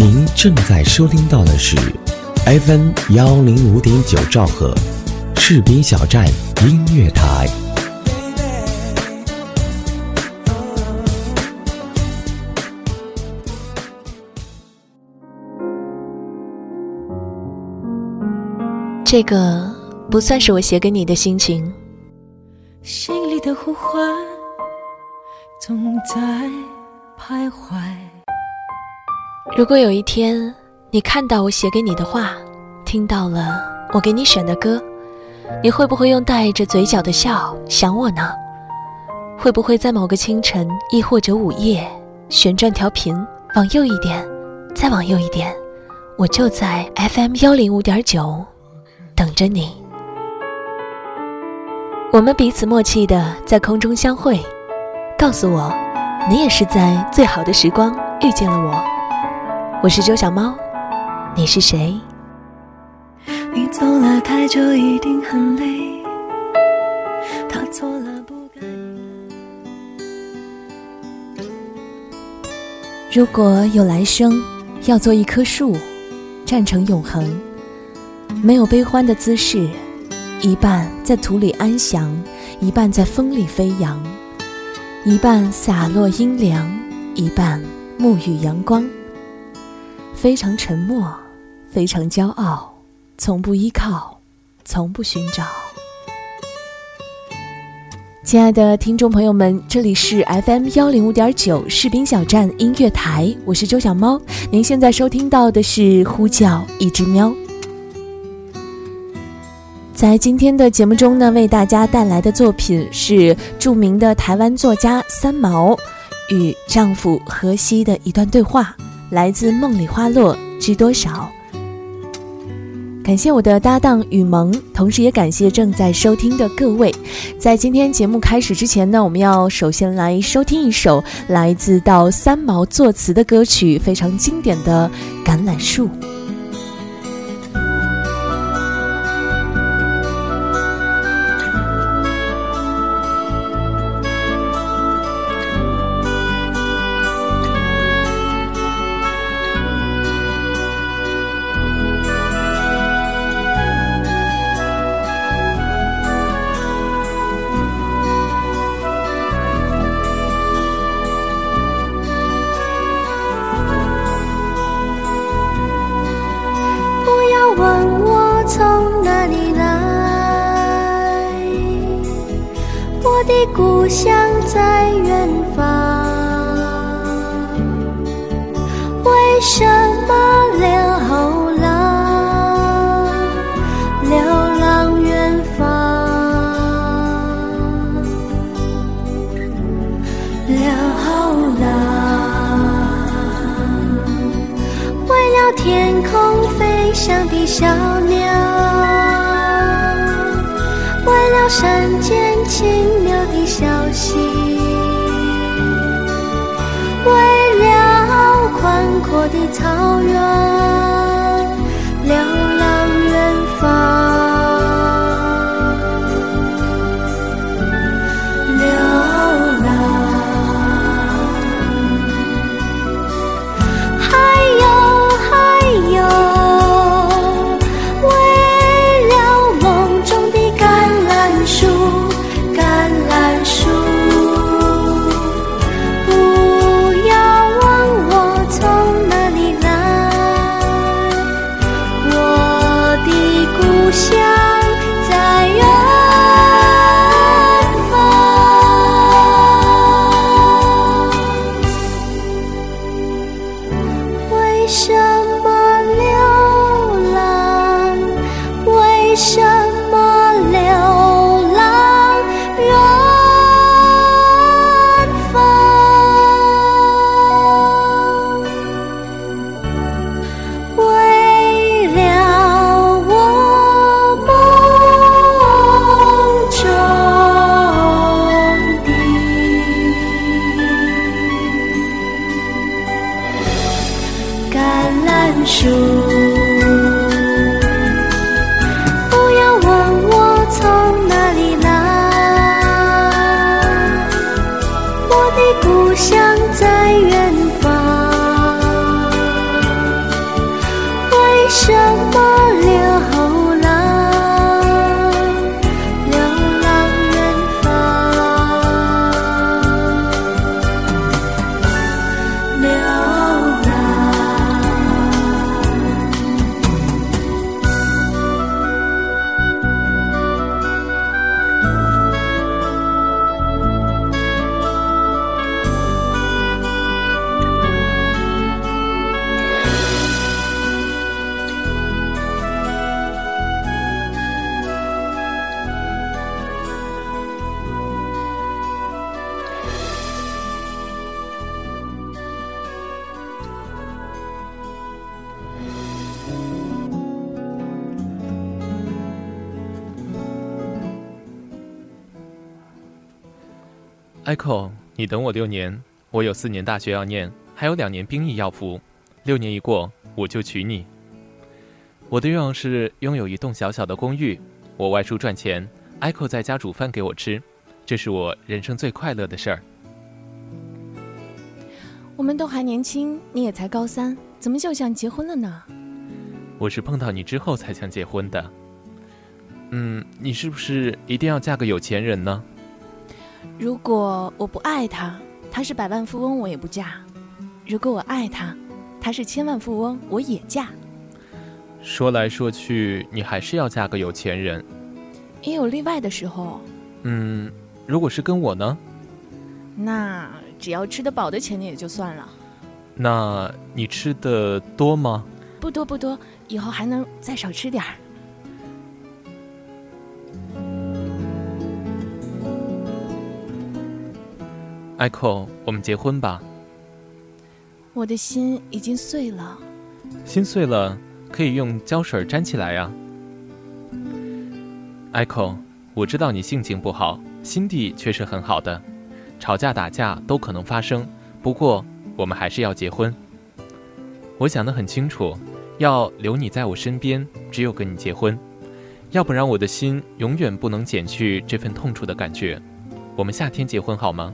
您正在收听到的是 FM 105.9兆赫士兵小站音乐台。 这个不算是我写给你的心情， 心里的呼唤总在徘徊。 如果有一天你看到我写给你的话，听到了我给你选的歌，你会不会用带着嘴角的笑想我呢？会不会在某个清晨亦或者午夜旋转调频往右一点，再往右一点，我就在 FM 105.9等着你。我们彼此默契的在空中相会，告诉我你也是在最好的时光遇见了我。我是周小猫，你是谁？ 你走了太久一定很累，他错了不该。 如果有来生，要做一棵树，站成永恒，没有悲欢的姿势，一半在土里安详，一半在风里飞扬，一半洒落阴凉，一半沐浴阳光。非常沉默，非常骄傲，从不依靠，从不寻找。亲爱的听众朋友们，这里是 FM 105.9士兵小站音乐台，我是周小猫。您现在收听到的是呼叫一只喵。在今天的节目中呢，为大家带来的作品是著名的台湾作家三毛与丈夫荷西的一段对话，来自《梦里花落知多少》。感谢我的搭档雨萌，同时也感谢正在收听的各位。在今天节目开始之前呢，我们要首先来收听一首来自到三毛作词的歌曲，非常经典的《橄榄树》。 问我从哪里来，我的故乡在远方，为什么流浪远方，流浪，为了天空飞翔的小鸟，为了山间轻描的小溪，为了宽阔的草原，流浪远方，流浪。树，不要问我从哪里来，我的故乡在远方， Echo， 你等我6年，我有4年大学要念，还有2年兵役要服，6年一过，我就娶你。我的愿望是拥有一栋小小的公寓，我外出赚钱， Echo 在家煮饭给我吃，这是我人生最快乐的事儿。 我们都还年轻，你也才高3，怎么就想结婚了呢？ 我是碰到你之后才想结婚的。你是不是一定要嫁个有钱人呢？ 如果我不爱他，他是100万富翁，我也不嫁；如果我爱他，他是1000万富翁，我也嫁。 说来说去，你还是要嫁个有钱人。 也有例外的时候。 如果是跟我呢？ 那只要吃得饱的钱也就算了。 那你吃的多吗？ 不多不多，以后还能再少吃点儿。 Echo， 我们结婚吧。 我的心已经碎了。 心碎了，可以用胶水粘起来呀。Echo， 我知道你性情不好，心地却是很好的，吵架打架都可能发生，不过我们还是要结婚。我想得很清楚，要留你在我身边，只有跟你结婚，要不然我的心永远不能减去这份痛楚的感觉。我们夏天结婚好吗？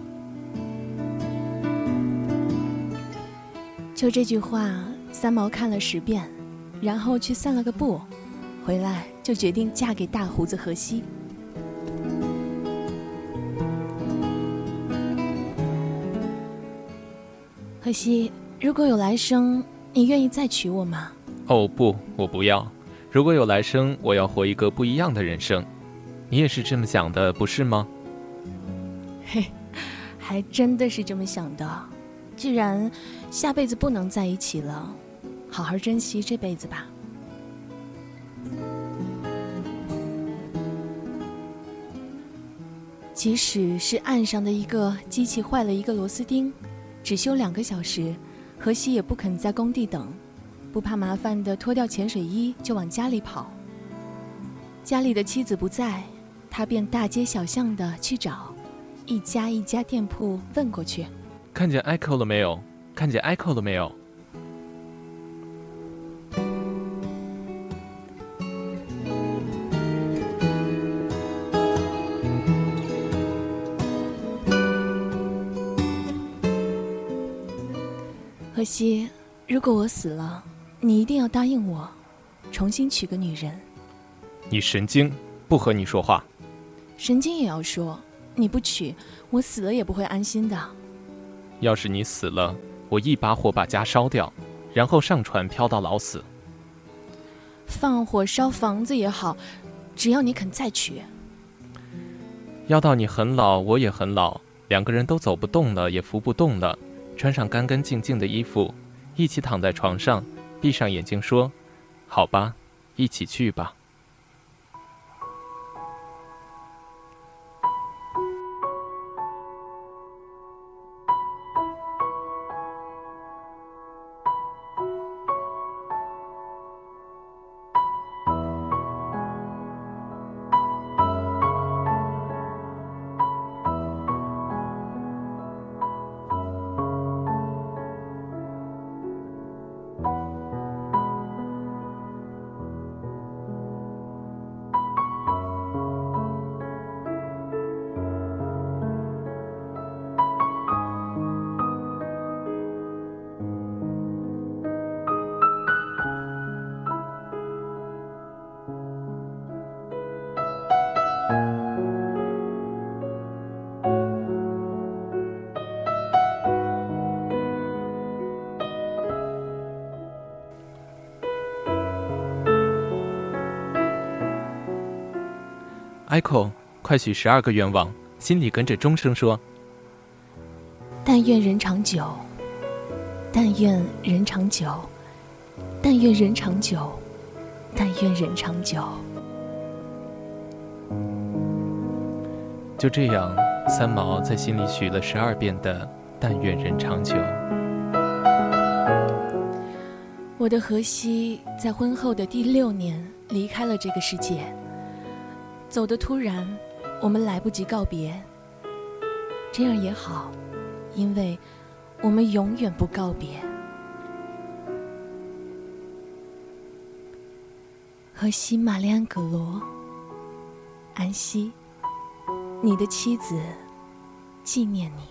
就这句话，3毛看了10遍，然后去散了个步，回来就决定嫁给大胡子荷西。荷西，如果有来生，你愿意再娶我吗？ 哦不，我不要。如果有来生，我要活一个不一样的人生。你也是这么想的，不是吗？ 嘿，还真的是这么想的。既然下辈子不能在一起了，好好珍惜这辈子吧。即使是岸上的一个机器坏了1个螺丝钉，只修2个小时，荷西也不肯在工地等，不怕麻烦的脱掉潜水衣就往家里跑。家里的妻子不在，他便大街小巷的去找，一家一家店铺问过去。 看见 Echo 了没有？看见 Echo 了没有？ 荷西，如果我死了，你一定要答应我，重新娶个女人。 你神经，不和你说话。 神经也要说，你不娶，我死了也不会安心的。 要是你死了，我一把火把家烧掉，然后上船漂到老死。 放火烧房子也好，只要你肯再娶。 要到你很老，我也很老，2个人都走不动了，也扶不动了，穿上干干净净的衣服，一起躺在床上，闭上眼睛说：好吧，一起去吧。Echo， 快许12个愿望，心里跟着钟声说： 但愿人长久，但愿人长久，但愿人长久，但愿人长久。 就这样，3毛在心里许了12遍的但愿人长久。 我的荷西在婚后的第6年离开了这个世界，走得突然，我们来不及告别。 这样也好，因为我们永远不告别。荷西·玛丽安·葛罗，安息，你的妻子纪念你。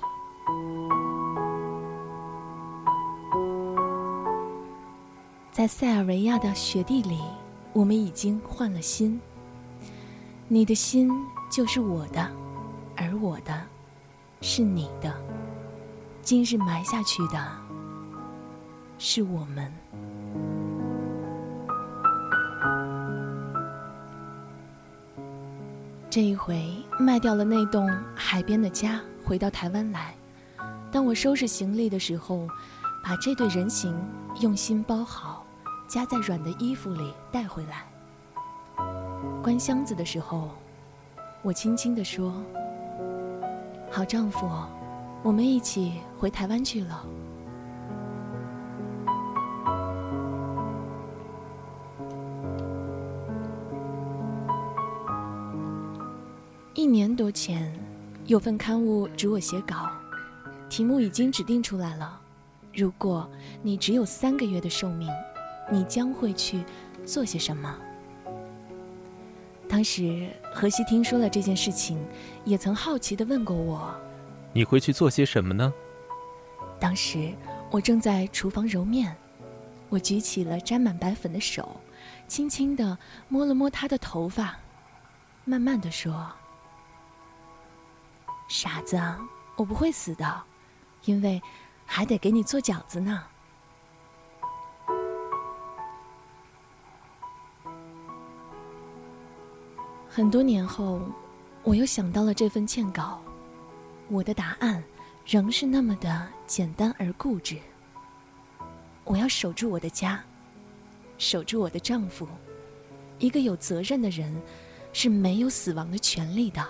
在塞尔维亚的雪地里，我们已经换了心。你的心就是我的，而我的是你的。今日埋下去的是我们。这一回卖掉了那栋海边的家，回到台湾来。当我收拾行李的时候，把这对人形用心包好，夹在软的衣服里带回来。关箱子的时候，我轻轻地说：好丈夫，我们一起回台湾去了。1年多前，有份刊物指我写稿，题目已经指定出来了。如果你只有3个月的寿命，你将会去做些什么？当时荷西听说了这件事情，也曾好奇地问过我： 你会去做些什么呢？ 当时我正在厨房揉面，我举起了沾满白粉的手，轻轻地摸了摸她的头发，慢慢地说：傻子，我不会死的，因为还得给你做饺子呢。很多年后，我又想到了这份欠稿，我的答案仍是那么的简单而固执。我要守住我的家，守住我的丈夫。一个有责任的人是没有死亡的权利的。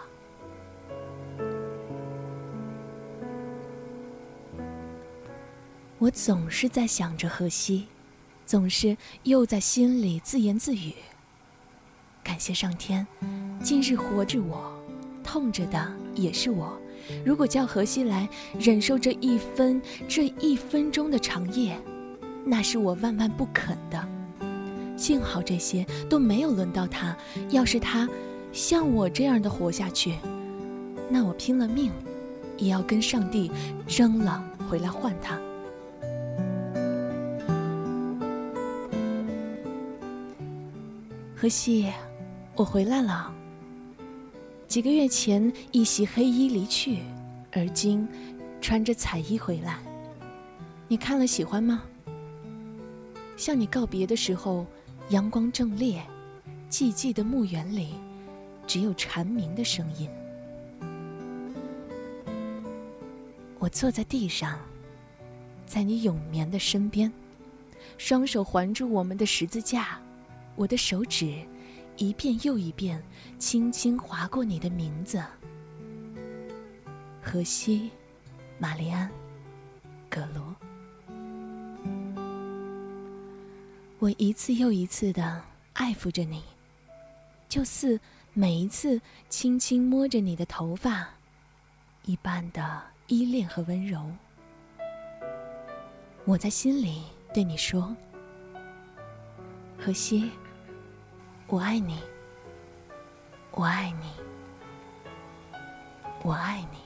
我总是在想着荷西，总是又在心里自言自语：感谢上天，今日活着我，痛着的也是我。如果叫荷西来忍受这一分钟的长夜，那是我万万不肯的。幸好这些都没有轮到他，要是他像我这样的活下去，那我拼了命也要跟上帝争了回来换他。荷西，我回来了。几个月前一袭黑衣离去，而今穿着彩衣回来。你看了喜欢吗？向你告别的时候，阳光正烈，寂寂的墓园里只有蝉鸣的声音。我坐在地上，在你永眠的身边，双手环住我们的十字架，我的手指一遍又一遍轻轻划过你的名字：荷西·玛丽安·葛罗。我一次又一次地爱抚着你，就似每一次轻轻摸着你的头发一般的依恋和温柔。我在心里对你说：荷西，我爱你，我爱你，我爱你。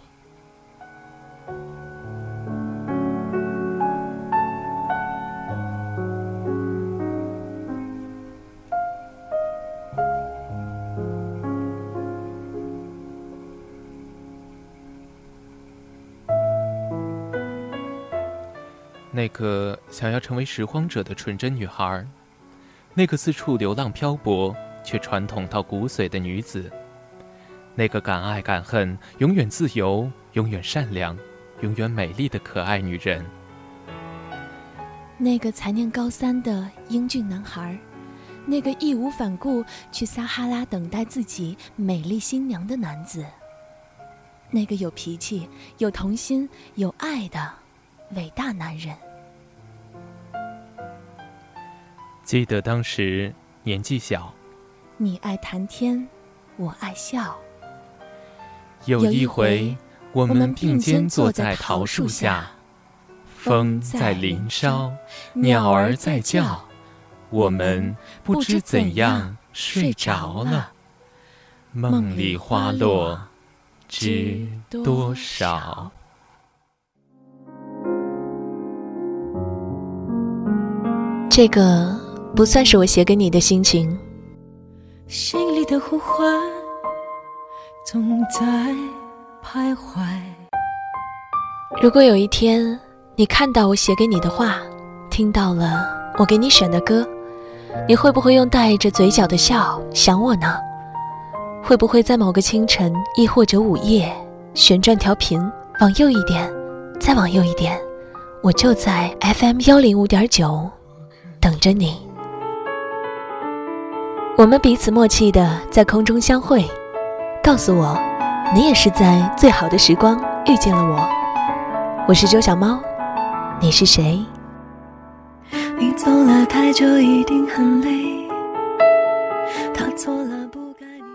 那个想要成为拾荒者的纯真女孩，那个四处流浪漂泊却传统到骨髓的女子，那个敢爱敢恨、永远自由、永远善良、永远美丽的可爱女人， 那个才念高3的英俊男孩，那个义无反顾去撒哈拉等待自己美丽新娘的男子，那个有脾气、有童心、有爱的伟大男人。 记得当时年纪小， 你爱谈天，我爱笑。 有一回我们并肩坐在桃树下，风在林梢，鸟儿在叫，我们不知怎样睡着了。梦里花落知多少。 这个不算是我写给你的心情， 心里的呼唤总在徘徊。 如果有一天你看到我写给你的话，听到了我给你选的歌，你会不会用带着嘴角的笑想我呢？会不会在某个清晨亦或者午夜旋转调频往右一点，再往右一点，我就在 FM105.9 等着你。我们彼此默契的在空中相会，告诉我你也是在最好的时光遇见了我。我是周小猫，你是谁？ 你走了太久一定很累，他错了不该你来。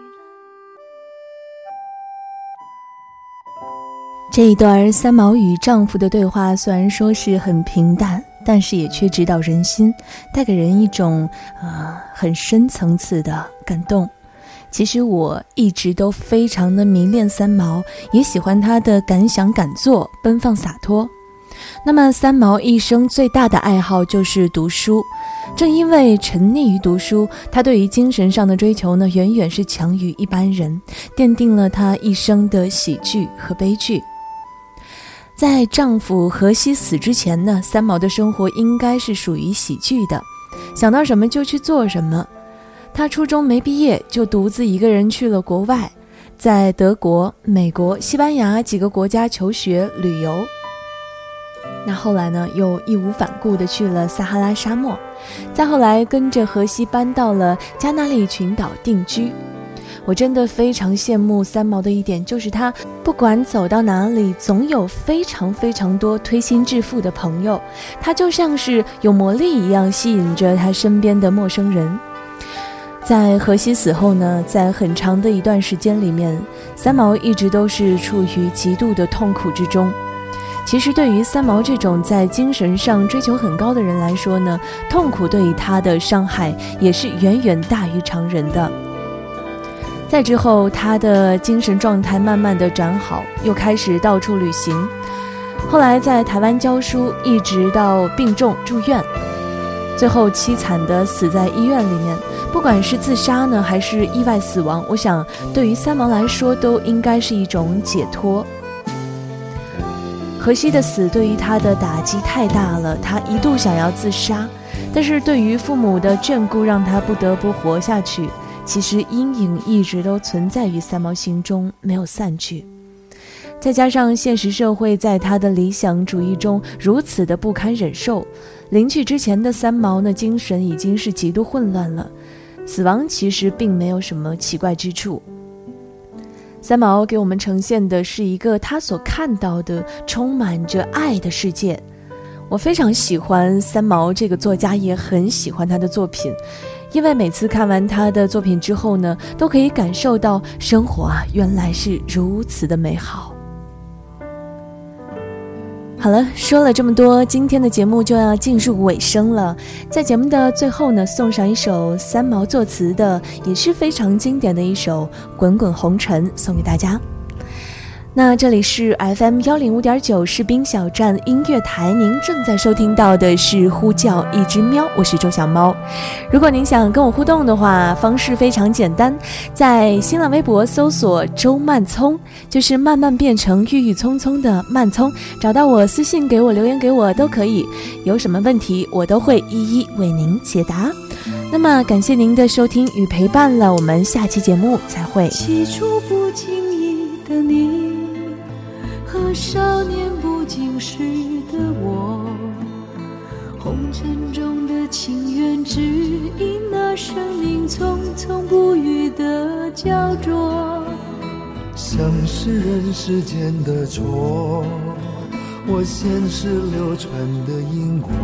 这一段三毛与丈夫的对话虽然说是很平淡，但是也却直捣人心，带给人一种很深层次的感动。其实我一直都非常的迷恋三毛，也喜欢她的敢想敢做，奔放洒脱。那么三毛一生最大的爱好就是读书，正因为沉溺于读书，她对于精神上的追求呢，远远是强于一般人，奠定了她一生的喜剧和悲剧。在丈夫荷西死之前呢，三毛的生活应该是属于喜剧的，想到什么就去做什么。她初中没毕业就独自一个人去了国外，在德国、美国、西班牙几个国家求学旅游。那后来呢，又义无反顾地去了撒哈拉沙漠，再后来跟着荷西搬到了加那利群岛定居。我真的非常羡慕三毛的一点，就是她不管走到哪里，总有非常非常多推心置腹的朋友，她就像是有魔力一样，吸引着她身边的陌生人。在荷西死后呢，在很长的一段时间里面，三毛一直都是处于极度的痛苦之中。其实对于三毛这种在精神上追求很高的人来说呢，痛苦对于他的伤害也是远远大于常人的。再之后，他的精神状态慢慢的转好，又开始到处旅行，后来在台湾教书，一直到病重住院，最后凄惨的死在医院里面。不管是自杀呢，还是意外死亡，我想对于三毛来说都应该是一种解脱。荷西的死对于他的打击太大了，他一度想要自杀，但是对于父母的眷顾让他不得不活下去。其实阴影一直都存在于三毛心中，没有散去。再加上现实社会在他的理想主义中如此的不堪忍受，临去之前的三毛呢，精神已经是极度混乱了。死亡其实并没有什么奇怪之处。三毛给我们呈现的是一个他所看到的充满着爱的世界。我非常喜欢三毛这个作家，也很喜欢他的作品，因为每次看完他的作品之后呢，都可以感受到生活原来是如此的美好。好了，说了这么多，今天的节目就要进入尾声了。在节目的最后呢，送上一首三毛作词的，也是非常经典的一首《滚滚红尘》，送给大家。那这里是 FM105.9 士兵小站音乐台，您正在收听到的是呼叫一只喵，我是周小猫。如果您想跟我互动的话，方式非常简单，在新浪微博搜索周慢葱，就是慢慢变成郁郁葱葱的慢葱，找到我私信给我留言给我都可以，有什么问题我都会一一为您解答。那么感谢您的收听与陪伴了，我们下期节目再会。 起初不经意的你和少年不经事的我，红尘中的情缘只因那生命匆匆不语的焦灼， 像是人世间的错，我前世流传的因果，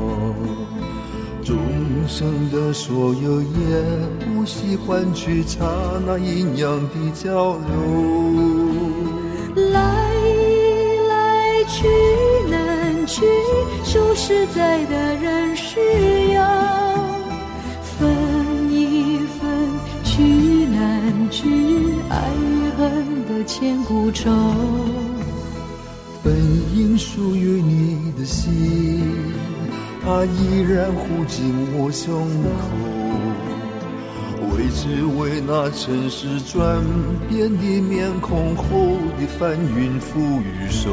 众生的所有也不惜换取刹那阴阳的交流。 来去，说实在的人是要分一分，去难去，爱与恨的千古愁。 本应属于你的心，它依然护紧我胸口，为只为那尘世转变的面孔后的翻云覆雨手。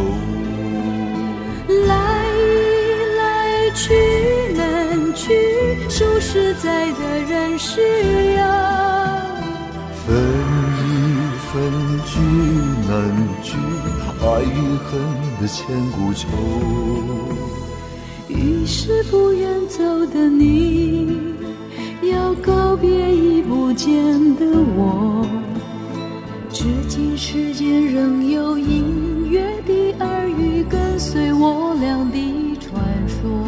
来来去难去，说实在的人是要分一分，聚难聚，爱与恨的千古愁。 于是不愿走的你，要告别已不见的我。至今世间仍有隐约的耳语，跟随我俩的传说。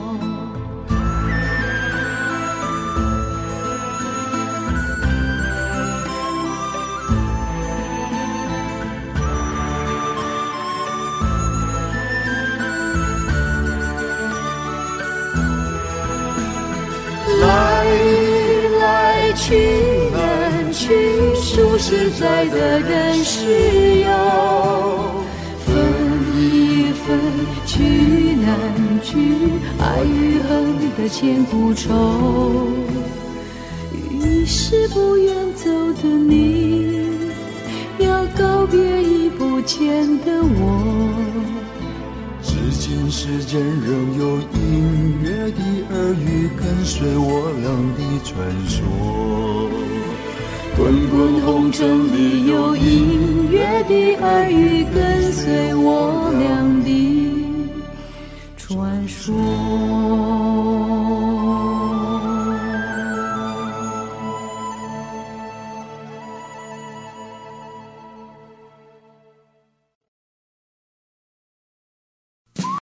去难去，说实在的人是要分一分，去难去，爱与恨的千古愁。于是不愿走的你，要告别已不见的我。 至今世间仍有隐约的耳语，跟随我俩的传说。 滚滚红尘里有隐约的耳语，跟随我俩的传说。